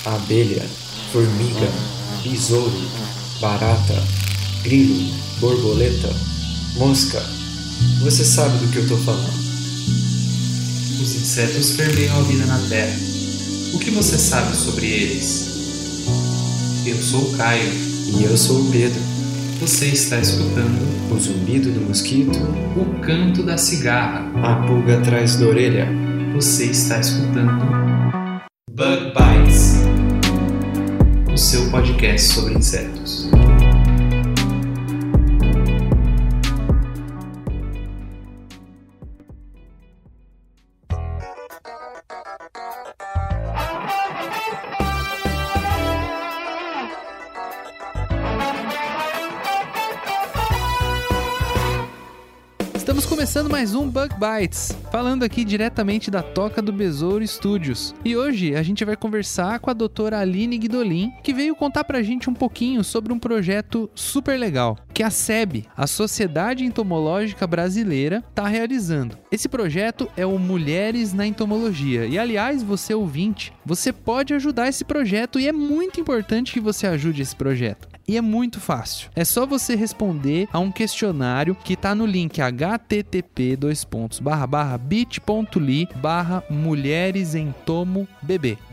abelha, formiga, besouro, barata, grilo, borboleta, mosca. Você sabe do que eu tô falando. Os insetos permeiam a vida na Terra. O que você sabe sobre eles? Eu sou o Caio. E eu sou o Pedro. Você está escutando O zumbido do mosquito, o canto da cigarra. a pulga atrás da orelha. Você está escutando Bug Bites, o seu podcast sobre insetos. Estamos começando mais um Bug Bites, falando aqui diretamente da Toca do Besouro Studios. E hoje a gente vai conversar com a doutora Aline Guidolin, que veio contar pra gente um pouquinho sobre um projeto super legal, que a SEB, a Sociedade Entomológica Brasileira, está realizando. Esse projeto é o Mulheres na Entomologia. E aliás, você ouvinte, você pode ajudar esse projeto e é muito importante que você ajude esse projeto. E é muito fácil. É só você responder a um questionário que está no link http://bit.ly/mulheresentomobebê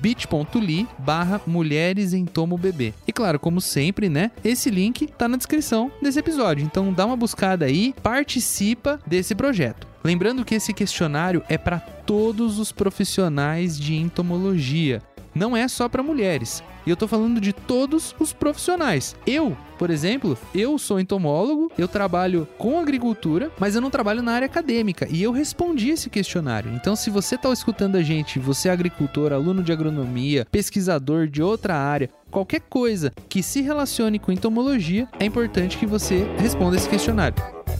bit.ly/mulheresentomobebê. E claro, como sempre, né? Esse link tá na descrição desse episódio. Então dá uma buscada aí, participa desse projeto. Lembrando que esse questionário é para todos os profissionais de entomologia. Não é só para mulheres. E eu tô falando de todos os profissionais. Eu, por exemplo, eu sou entomólogo, eu trabalho com agricultura, mas eu não trabalho na área acadêmica. E eu respondi esse questionário. Então, se você tá escutando a gente, você é agricultor, aluno de agronomia, pesquisador de outra área, qualquer coisa que se relacione com entomologia, é importante que você responda esse questionário.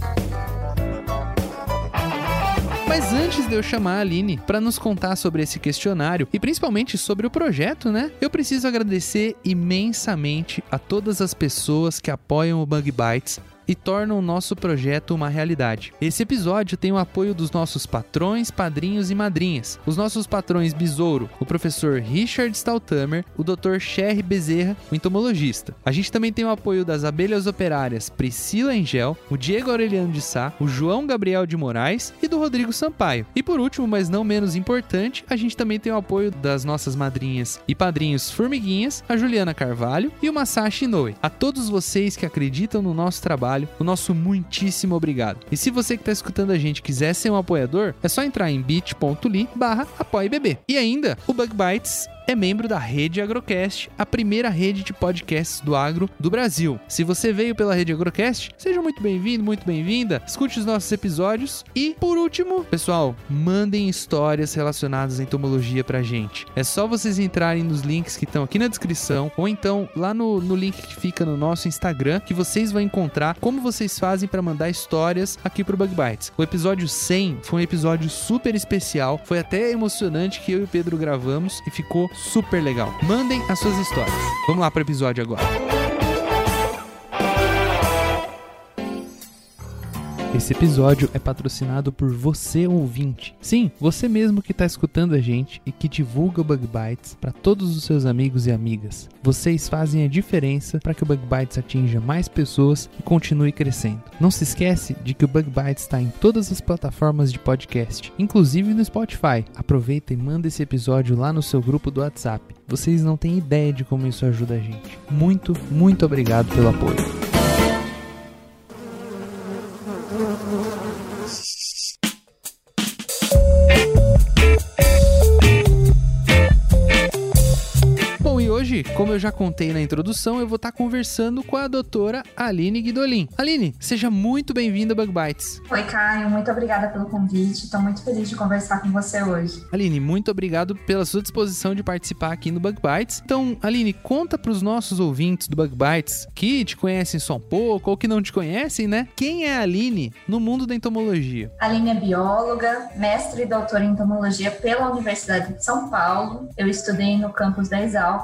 Mas antes de eu chamar a Aline para nos contar sobre esse questionário e principalmente sobre o projeto, né? Eu preciso agradecer imensamente a todas as pessoas que apoiam o Bug Bites e tornam o nosso projeto uma realidade. Esse episódio tem o apoio dos nossos patrões, padrinhos e madrinhas. Os nossos patrões Besouro, o professor Richard Staltamer, o Dr. Cherry Bezerra, o entomologista. A gente também tem o apoio das abelhas operárias Priscila Engel, o Diego Aureliano de Sá, o João Gabriel de Moraes e do Rodrigo Sampaio. E por último, mas não menos importante, a gente também tem o apoio das nossas madrinhas e padrinhos Formiguinhas, a Juliana Carvalho e o Masashi Inoue. A todos vocês que acreditam no nosso trabalho, o nosso muitíssimo obrigado. E se você que está escutando a gente quiser ser um apoiador, é só entrar em bit.ly/apoiebebê. E ainda, o Bug Bites é membro da Rede Agrocast, a primeira rede de podcasts do agro do Brasil. Se você veio pela Rede Agrocast, seja muito bem-vindo, muito bem-vinda. Escute os nossos episódios. E, por último, pessoal, mandem histórias relacionadas à entomologia pra gente. É só vocês entrarem nos links que estão aqui na descrição, ou então lá no link que fica no nosso Instagram, que vocês vão encontrar como vocês fazem para mandar histórias aqui pro Bug Bites. O episódio 100 foi um episódio super especial, foi até emocionante que eu e o Pedro gravamos e ficou super legal. Mandem as suas histórias. Vamos lá pro episódio agora. Esse episódio é patrocinado por você, ouvinte. Sim, você mesmo que está escutando a gente e que divulga o Bug Bites para todos os seus amigos e amigas. Vocês fazem a diferença para que o Bug Bites atinja mais pessoas e continue crescendo. Não se esquece de que o Bug Bites está em todas as plataformas de podcast, inclusive no Spotify. Aproveita e manda esse episódio lá no seu grupo do WhatsApp. Vocês não têm ideia de como isso ajuda a gente. Muito, muito obrigado pelo apoio. Hoje, como eu já contei na introdução, eu vou estar conversando com a doutora Aline Guidolin. Aline, seja muito bem-vinda ao Bug Bites. Oi, Caio, muito obrigada pelo convite. Estou muito feliz de conversar com você hoje. Aline, muito obrigado pela sua disposição de participar aqui no Bug Bites. Então, Aline, conta para os nossos ouvintes do Bug Bites que te conhecem só um pouco ou que não te conhecem, né? Quem é a Aline no mundo da entomologia? A Aline é bióloga, mestre e doutora em entomologia pela Universidade de São Paulo. Eu estudei no campus da Exalc, em Piracicaba,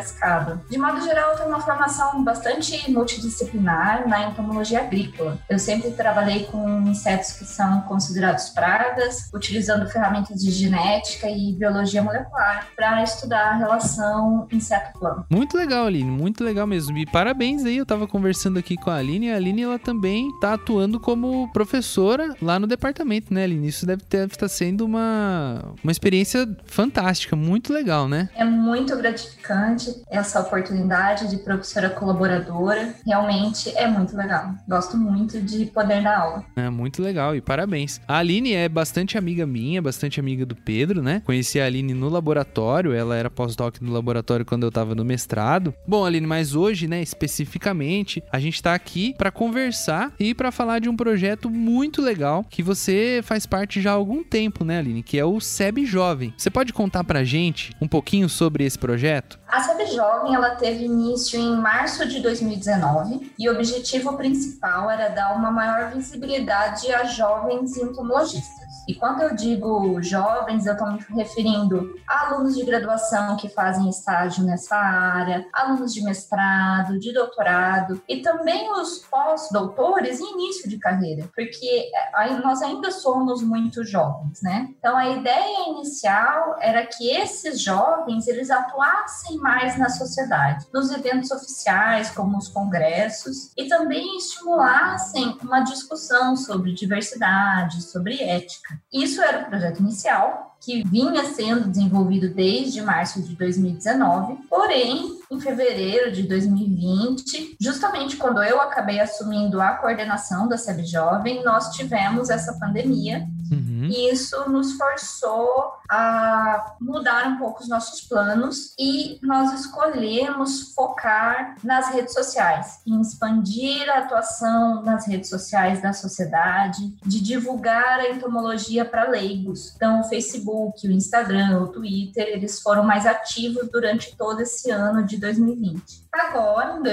arriscado. De modo geral, eu tenho uma formação bastante multidisciplinar na entomologia agrícola. Eu sempre trabalhei com insetos que são considerados pragas, utilizando ferramentas de genética e biologia molecular para estudar a relação inseto-planta. Muito legal, Aline, muito legal mesmo. E parabéns aí, eu tava conversando aqui com a Aline, e a Aline, ela também tá atuando como professora lá no departamento, né, Aline? Isso deve estar sendo uma experiência fantástica, muito legal, né? É muito gratificante essa oportunidade de professora colaboradora, realmente é muito legal. Gosto muito de poder dar aula. É muito legal e parabéns. A Aline é bastante amiga minha, bastante amiga do Pedro, né? Conheci a Aline no laboratório, ela era pós-doc no laboratório quando eu tava no mestrado. Bom, Aline, mas hoje, né, especificamente, a gente tá aqui pra conversar e pra falar de um projeto muito legal que você faz parte já há algum tempo, né, Aline? Que é o SEB Jovem. Você pode contar pra gente um pouquinho sobre esse projeto? A SEB Jovem, ela teve início em março de 2019 e o objetivo principal era dar uma maior visibilidade a jovens entomologistas. E quando eu digo jovens, eu estou me referindo a alunos de graduação que fazem estágio nessa área, alunos de mestrado, de doutorado e também os pós-doutores em início de carreira, porque nós ainda somos muito jovens, né? Então, a ideia inicial era que esses jovens, eles atuassem mais na sociedade, nos eventos oficiais, como os congressos, e também estimulassem uma discussão sobre diversidade, sobre ética. Isso era o projeto inicial, que vinha sendo desenvolvido desde março de 2019, porém, em fevereiro de 2020, justamente quando eu acabei assumindo a coordenação da SEB Jovem, nós tivemos essa pandemia. E isso nos forçou a mudar um pouco os nossos planos e nós escolhemos focar nas redes sociais, em expandir a atuação nas redes sociais da sociedade, de divulgar a entomologia para leigos. Então, o Facebook, o Instagram, o Twitter, eles foram mais ativos durante todo esse ano de 2020. Agora, em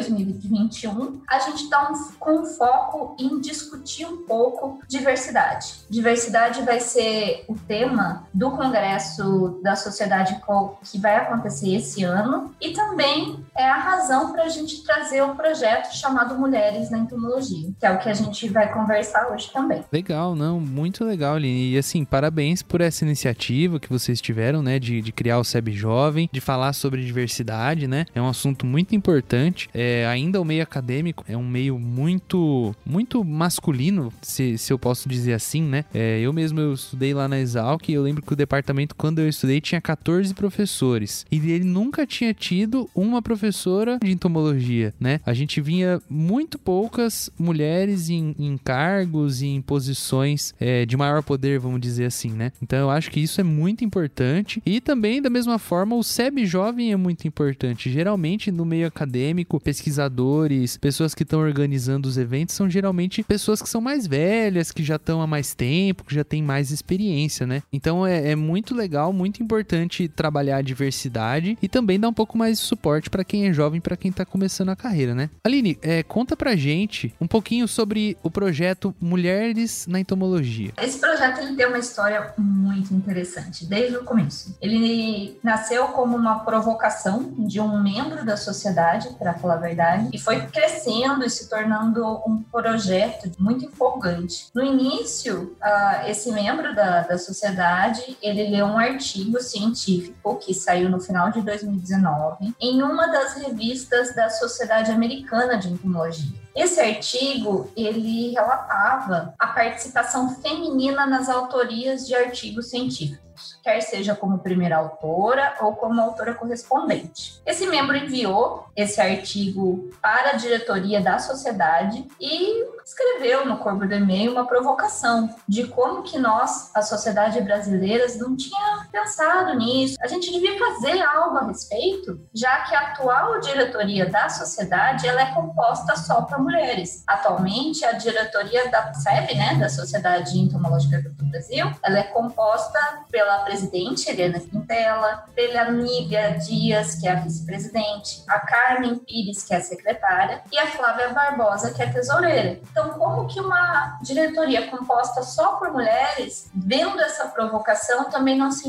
2021, a gente está com foco em discutir um pouco diversidade. Diversidade vai ser o tema do Congresso da Sociedade que vai acontecer esse ano e também é a razão para a gente trazer um projeto chamado Mulheres na Entomologia, que é o que a gente vai conversar hoje também. Legal, não, muito legal, Aline. E assim, parabéns por essa iniciativa que vocês tiveram, né, de criar o SEB Jovem, de falar sobre diversidade, né? É um assunto muito importante. Ainda o meio acadêmico é um meio muito masculino, se eu posso dizer assim, né? Eu estudei lá na Exalc e eu lembro que o departamento, quando eu estudei, tinha 14 professores. E ele nunca tinha tido uma professora de entomologia, né? A gente vinha muito poucas mulheres em cargos e em posições de maior poder, vamos dizer assim, né? Então eu acho que isso é muito importante. E também, da mesma forma, o SEB Jovem é muito importante. Geralmente, no meio acadêmico, pesquisadores, pessoas que estão organizando os eventos, são geralmente pessoas que são mais velhas, que já estão há mais tempo, que já têm mais experiência, né? Então é muito legal, muito importante trabalhar a diversidade e também dar um pouco mais de suporte para quem é jovem, para quem tá começando a carreira, né? Aline, conta pra gente um pouquinho sobre o projeto Mulheres na Entomologia. Esse projeto ele tem uma história muito interessante, desde o começo. Ele nasceu como uma provocação de um membro da sociedade, para falar a verdade, e foi crescendo e se tornando um projeto muito empolgante. No início, esse membro da sociedade, ele leu um artigo científico que saiu no final de 2019 em uma das revistas da Sociedade Americana de Entomologia. Esse artigo, ele relatava a participação feminina nas autorias de artigos científicos, quer seja como primeira autora ou como autora correspondente. Esse membro enviou esse artigo para a diretoria da sociedade e escreveu no corpo do e-mail uma provocação de como que nós, a sociedade brasileira, não tinha pensado nisso. A gente devia fazer algo a respeito, já que a atual diretoria da sociedade ela é composta só por mulheres. Atualmente, a diretoria da SEB, né, da Sociedade Entomológica do Brasil, ela é composta pela presidente, Helena Quintela, pela Nívia Dias, que é a vice-presidente, a Carmen Pires, que é a secretária, e a Flávia Barbosa, que é a tesoureira. Então, como que uma diretoria composta só por mulheres, vendo essa provocação, também não se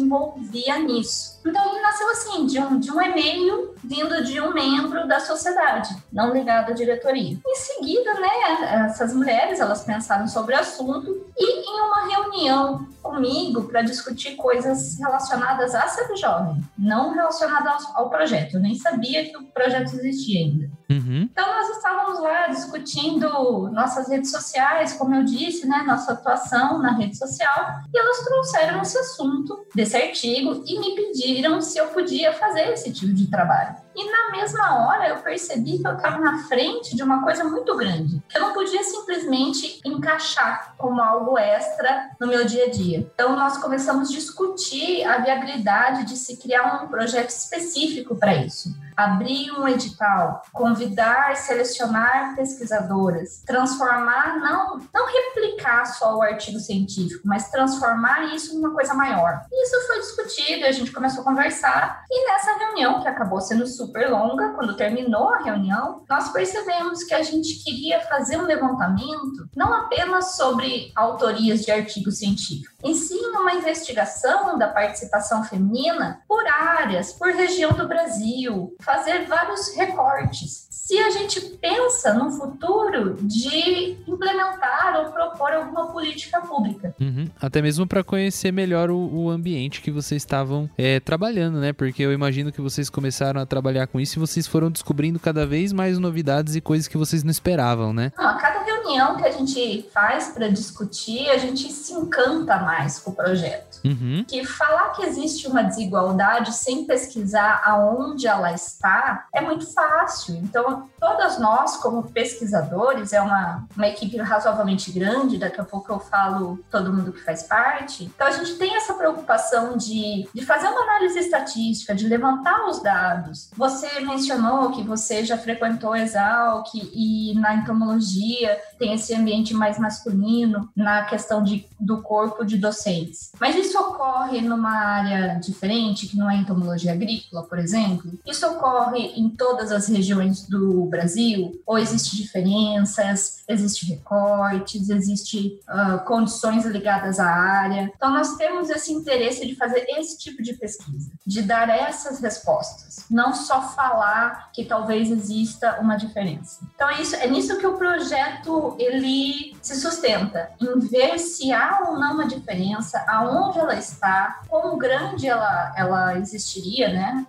envolvia nisso. Então, ele nasceu assim, de um e-mail vindo de um membro da sociedade, não ligado à diretoria. Em seguida, né, essas mulheres, elas pensaram sobre o assunto e em uma reunião comigo para discutir coisas relacionadas à SEB Jovem, não relacionadas ao projeto. Eu nem sabia que o projeto existia ainda. Uhum. Então, nós estávamos lá discutindo nossas redes sociais, como eu disse, né, nossa atuação na rede social, e elas trouxeram esse assunto desse artigo e me pediram se eu podia fazer esse tipo de trabalho. E na mesma hora eu percebi que eu estava na frente de uma coisa muito grande. Eu não podia simplesmente encaixar como algo extra no meu dia a dia. Então nós começamos a discutir a viabilidade de se criar um projeto específico para isso. Abrir um edital, convidar, selecionar pesquisadoras, transformar, não replicar só o artigo científico, mas transformar isso em uma coisa maior. Isso foi discutido, a gente começou a conversar e nessa reunião, que acabou sendo super longa, quando terminou a reunião, nós percebemos que a gente queria fazer um levantamento não apenas sobre autorias de artigos científicos, em si uma investigação da participação feminina por áreas, por região do Brasil, fazer vários recortes. Se a gente pensa no futuro de implementar ou propor alguma política pública. Uhum. Até mesmo para conhecer melhor o ambiente que vocês estavam trabalhando, né? Porque eu imagino que vocês começaram a trabalhar com isso e vocês foram descobrindo cada vez mais novidades e coisas que vocês não esperavam, né? A cada reunião que a gente faz para discutir, a gente se encanta mais com o projeto. Uhum. Que falar que existe uma desigualdade sem pesquisar aonde ela está é muito fácil. Então, todas nós, como pesquisadores, é uma equipe razoavelmente grande, daqui a pouco eu falo todo mundo que faz parte. Então, a gente tem essa preocupação de fazer uma análise estatística, de levantar os dados. Você mencionou que você já frequentou a Exalc e na entomologia tem esse ambiente mais masculino na questão do corpo de docentes. Mas isso ocorre numa área diferente, que não é entomologia agrícola, por exemplo? Isso ocorre em todas as regiões do Brasil? Ou existem diferenças, existem recortes, existem condições ligadas à área? Então, nós temos esse interesse de fazer esse tipo de pesquisa, de dar essas respostas, não só falar que talvez exista uma diferença. Então, é nisso que o projeto ele se sustenta, em ver se há ou não uma diferença, aonde ela está, quão grande ela existiria, né?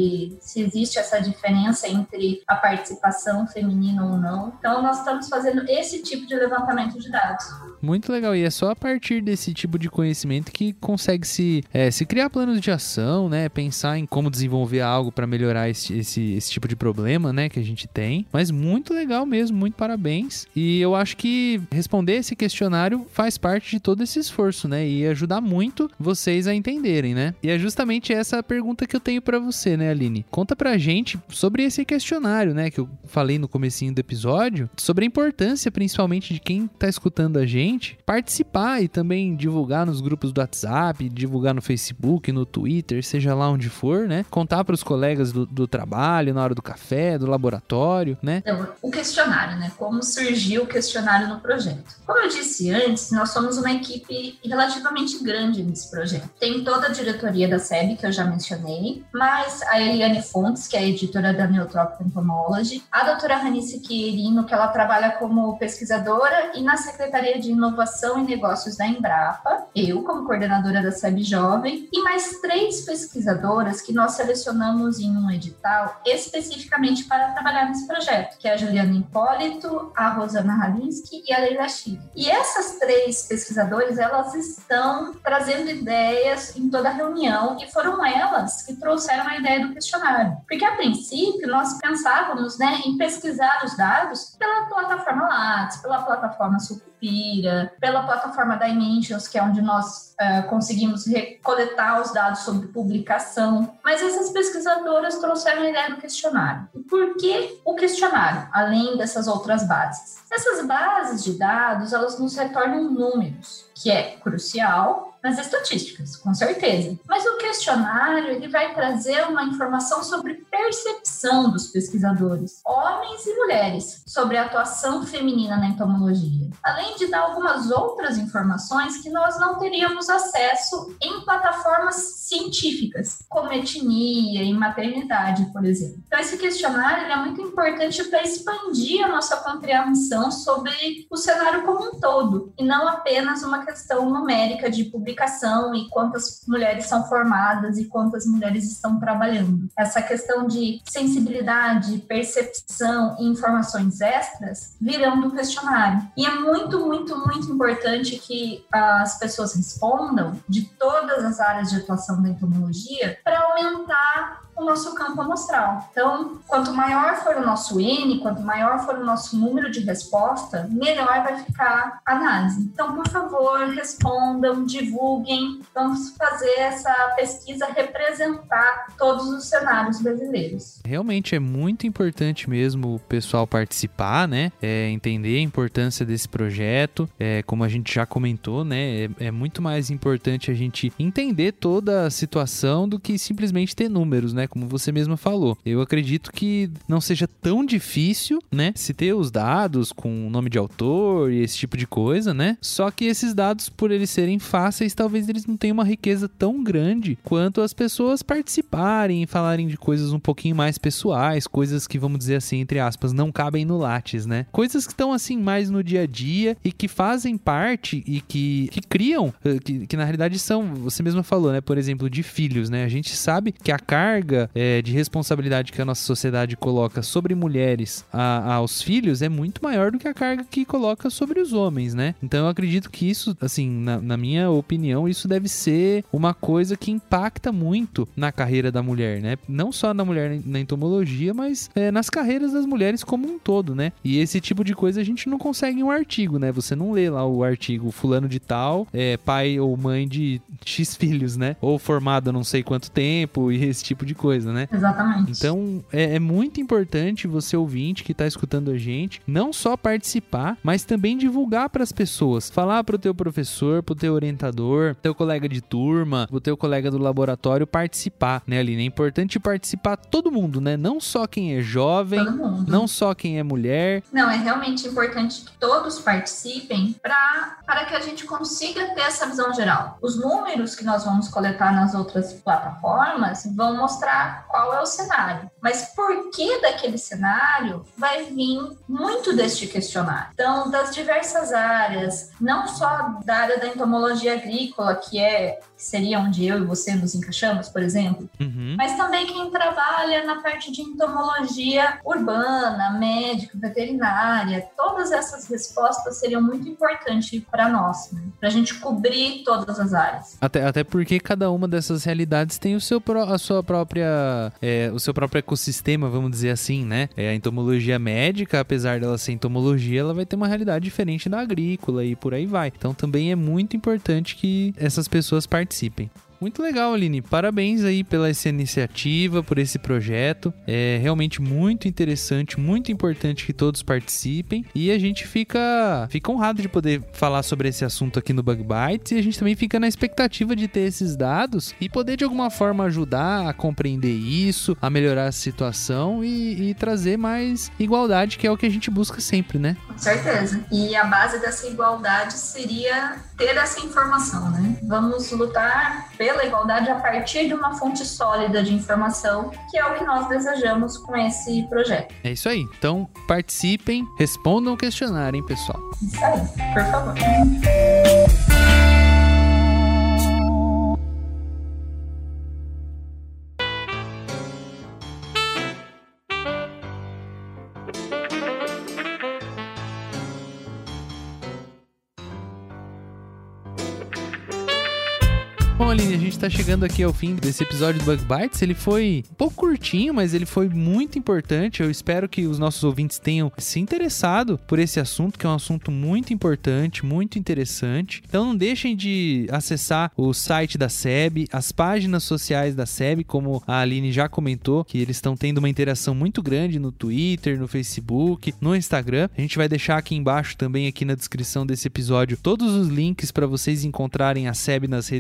Se existe essa diferença entre a participação feminina ou não. Então, nós estamos fazendo esse tipo de levantamento de dados. Muito legal, e é só a partir desse tipo de conhecimento que consegue se criar planos de ação, né? Pensar em como desenvolver algo para melhorar esse tipo de problema, né? Que a gente tem. Mas muito legal mesmo, muito parabéns. E eu acho que responder esse questionário faz parte de todo esse esforço, né? E ajudar muito vocês a entenderem, né? E é justamente essa a pergunta que eu tenho para você, né, Aline? Conta pra gente sobre esse questionário, né? Que eu falei no comecinho do episódio, sobre a importância, principalmente, de quem tá escutando a gente, participar e também divulgar nos grupos do WhatsApp, divulgar no Facebook, no Twitter, seja lá onde for, né? Contar pros colegas do trabalho, na hora do café, do laboratório, né? Então, o questionário, né? Como surgiu o questionário no projeto. Como eu disse antes, nós somos uma equipe relativamente grande nesse projeto. Tem toda a diretoria da SEB, que eu já mencionei, mas a Eliane Fontes, que é a editora da Neotropic Entomology, a doutora Ranice Quirino, que ela trabalha como pesquisadora e na Secretaria de Inovação e Negócios da Embrapa, eu como coordenadora da SEB Jovem, e mais 3 pesquisadoras que nós selecionamos em um edital especificamente para trabalhar nesse projeto, que é a Juliana Hipólito, a Rosana Halinski e a Leila Chile. E essas 3 pesquisadoras, elas estão trazendo ideias em toda a reunião e foram elas que trouxeram a ideia do questionário. Porque, a princípio, nós pensávamos, né, em pesquisar os dados pela plataforma Lattes, pela plataforma Sucupira, pela plataforma Dimensions, que é onde nós conseguimos coletar os dados sobre publicação. Mas essas pesquisadoras trouxeram a ideia do questionário. E por que o questionário, além dessas outras bases? Essas bases de dados, elas nos retornam números, que é crucial nas estatísticas, com certeza. Mas o questionário, ele vai trazer uma informação sobre percepção dos pesquisadores, homens e mulheres, sobre a atuação feminina na entomologia. Além de dar algumas outras informações que nós não teríamos acesso em plataformas científicas, como etnia e maternidade, por exemplo. Então, esse questionário ele é muito importante para expandir a nossa compreensão sobre o cenário como um todo, e não apenas uma questão numérica de publicação e quantas mulheres são formadas e quantas mulheres estão trabalhando. Essa questão de sensibilidade, percepção e informações extras virão do questionário. E é muito, muito, muito importante que as pessoas respondam de todas as áreas de atuação da entomologia para aumentar o nosso campo amostral. Então, quanto maior for o nosso N, quanto maior for o nosso número de resposta, melhor vai ficar a análise. Então, por favor, respondam, divulguem, vamos fazer essa pesquisa representar todos os cenários brasileiros. Realmente é muito importante mesmo o pessoal participar, né? Entender a importância desse projeto, como a gente já comentou, né? É muito mais importante a gente entender toda a situação do que simplesmente ter números, né? Como você mesma falou. Eu acredito que não seja tão difícil, né? Se ter os dados com o nome de autor e esse tipo de coisa, né? Só que esses dados, por eles serem fáceis, talvez eles não tenham uma riqueza tão grande quanto as pessoas participarem e falarem de coisas um pouquinho mais pessoais, coisas que, vamos dizer assim, entre aspas, não cabem no Lattes, né? Coisas que estão, assim, mais no dia a dia e que fazem parte e que criam, que na realidade são, você mesma falou, né? Por exemplo, de filhos, né? A gente sabe que a carga de responsabilidade que a nossa sociedade coloca sobre mulheres aos filhos é muito maior do que a carga que coloca sobre os homens, né? Então eu acredito que isso, assim, na minha opinião, isso deve ser uma coisa que impacta muito na carreira da mulher, né? Não só na mulher na entomologia, mas nas carreiras das mulheres como um todo, né? E esse tipo de coisa a gente não consegue em um artigo, né? Você não lê lá o artigo fulano de tal, pai ou mãe de X filhos, né? Ou formado não sei quanto tempo e esse tipo de coisa, né? Exatamente. Então, é muito importante você, ouvinte, que tá escutando a gente, não só participar, mas também divulgar para as pessoas. Falar pro teu professor, pro teu orientador, teu colega de turma, pro teu colega do laboratório participar, né, Aline? É importante participar todo mundo, né? Não só quem é jovem, não só quem é mulher. Não, é realmente importante que todos participem para que a gente consiga ter essa visão geral. Os números que nós vamos coletar nas outras plataformas vão mostrar qual é o cenário. Mas por que daquele cenário vai vir muito deste questionário? Então, das diversas áreas, não só da área da entomologia agrícola, que seria onde eu e você nos encaixamos, por exemplo, mas também quem trabalha na parte de entomologia urbana, médica, veterinária, todas essas respostas seriam muito importantes para nós, né? Para a gente cobrir todas as áreas. Até porque cada uma dessas realidades tem o seu próprio ecossistema, vamos dizer assim, né? A entomologia médica, apesar dela ser entomologia, ela vai ter uma realidade diferente da agrícola e por aí vai. Então também é muito importante que essas pessoas participem. Muito legal, Aline. Parabéns aí pela essa iniciativa, por esse projeto. É realmente muito interessante, muito importante que todos participem. E a gente fica honrado de poder falar sobre esse assunto aqui no Bug Bites. E a gente também fica na expectativa de ter esses dados e poder de alguma forma ajudar a compreender isso, a melhorar a situação e trazer mais igualdade, que é o que a gente busca sempre, né? Com certeza. E a base dessa igualdade seria ter essa informação, né? Vamos lutar pela igualdade a partir de uma fonte sólida de informação, que é o que nós desejamos com esse projeto. É isso aí. Então, participem, respondam o questionário, hein, pessoal? Isso aí, por favor. Bom, Aline, a gente tá chegando aqui ao fim desse episódio do Bug Bites. Ele foi um pouco curtinho, mas ele foi muito importante. Eu espero que os nossos ouvintes tenham se interessado por esse assunto, que é um assunto muito importante, muito interessante. Então não deixem de acessar o site da SEB, as páginas sociais da SEB, como a Aline já comentou, que eles estão tendo uma interação muito grande no Twitter, no Facebook, no Instagram. A gente vai deixar aqui embaixo também, aqui na descrição desse episódio, todos os links para vocês encontrarem a SEB nas redes sociais.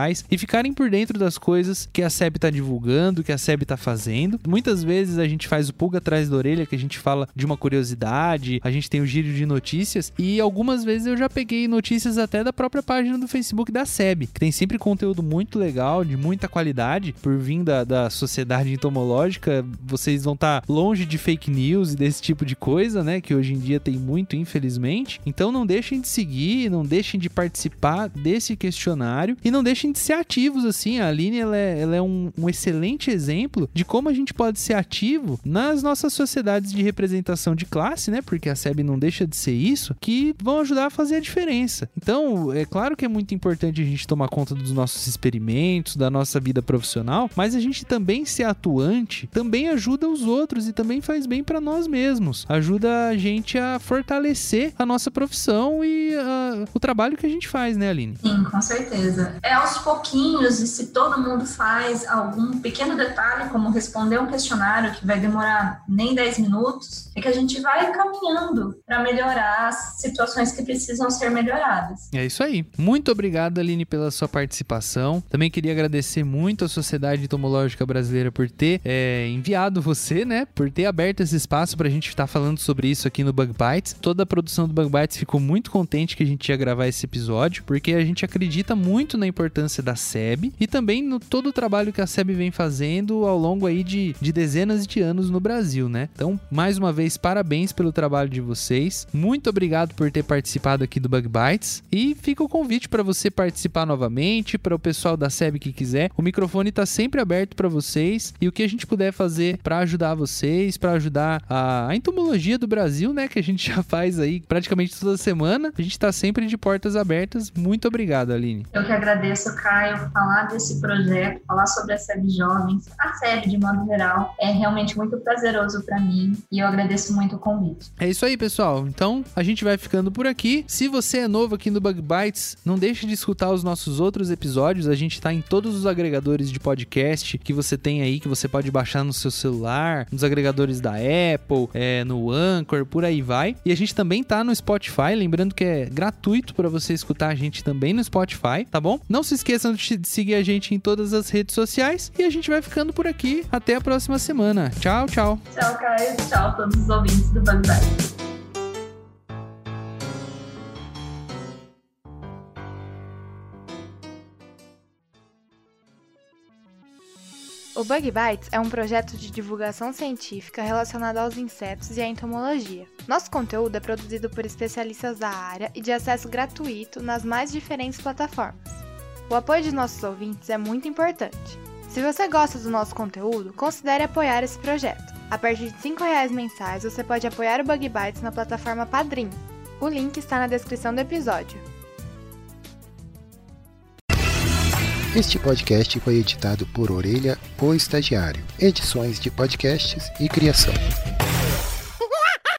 sociais e ficarem por dentro das coisas que a SEB tá divulgando, que a SEB tá fazendo. Muitas vezes a gente faz o pulga atrás da orelha, que a gente fala de uma curiosidade, a gente tem o giro de notícias, e algumas vezes eu já peguei notícias até da própria página do Facebook da SEB, que tem sempre conteúdo muito legal, de muita qualidade, por vir da Sociedade Entomológica. Vocês vão estar longe de fake news e desse tipo de coisa, né, que hoje em dia tem muito, infelizmente. Então não deixem de seguir, não deixem de participar desse questionário e não deixem de ser ativos, assim. A Aline, ela é um excelente exemplo de como a gente pode ser ativo nas nossas sociedades de representação de classe, né, porque a SEB não deixa de ser isso, que vão ajudar a fazer a diferença. Então, é claro que é muito importante a gente tomar conta dos nossos experimentos, da nossa vida profissional, mas a gente também ser atuante também ajuda os outros e também faz bem para nós mesmos. Ajuda a gente a fortalecer a nossa profissão e o trabalho que a gente faz, né, Aline? Sim, com certeza. É aos pouquinhos, e se todo mundo faz algum pequeno detalhe, como responder um questionário que vai demorar nem 10 minutos, é que a gente vai caminhando para melhorar as situações que precisam ser melhoradas. É isso aí. Muito obrigado, Aline, pela sua participação. Também queria agradecer muito a Sociedade Entomológica Brasileira por ter enviado você, né? Por ter aberto esse espaço pra gente estar falando sobre isso aqui no Bug Bites. Toda a produção do Bug Bites ficou muito contente que a gente ia gravar esse episódio, porque a gente acredita muito na importância da SEB e também no todo o trabalho que a SEB vem fazendo ao longo aí de dezenas de anos no Brasil, né? Então, mais uma vez, parabéns pelo trabalho de vocês. Muito obrigado por ter participado aqui do Bug Bites e fica o convite para você participar novamente, para o pessoal da SEB que quiser. O microfone tá sempre aberto para vocês e o que a gente puder fazer para ajudar vocês, para ajudar a entomologia do Brasil, né, que a gente já faz aí praticamente toda semana, a gente tá sempre de portas abertas. Muito obrigado, Aline. Eu que agradeço, Caio, falar desse projeto, falar sobre a SEB Jovens, a SEB de modo geral, é realmente muito prazeroso para mim e eu agradeço muito o convite. É isso aí, pessoal. Então, a gente vai ficando por aqui. Se você é novo aqui no Bug Bites, não deixe de escutar os nossos outros episódios. A gente tá em todos os agregadores de podcast que você tem aí, que você pode baixar no seu celular, nos agregadores da Apple, no Anchor, por aí vai. E a gente também tá no Spotify, lembrando que é gratuito para você escutar a gente também no Spotify, tá bom? Não se esqueçam de seguir a gente em todas as redes sociais e a gente vai ficando por aqui. Até a próxima semana. Tchau, tchau. Tchau, Caio. Tchau a todos os ouvintes do Bug Bites. O Bug Bites é um projeto de divulgação científica relacionado aos insetos e à entomologia. Nosso conteúdo é produzido por especialistas da área e de acesso gratuito nas mais diferentes plataformas. O apoio de nossos ouvintes é muito importante. Se você gosta do nosso conteúdo, considere apoiar esse projeto. A partir de R$5 mensais, você pode apoiar o Bug Bites na plataforma Padrim. O link está na descrição do episódio. Este podcast foi editado por Orelha, o Estagiário. Edições de podcasts e criação.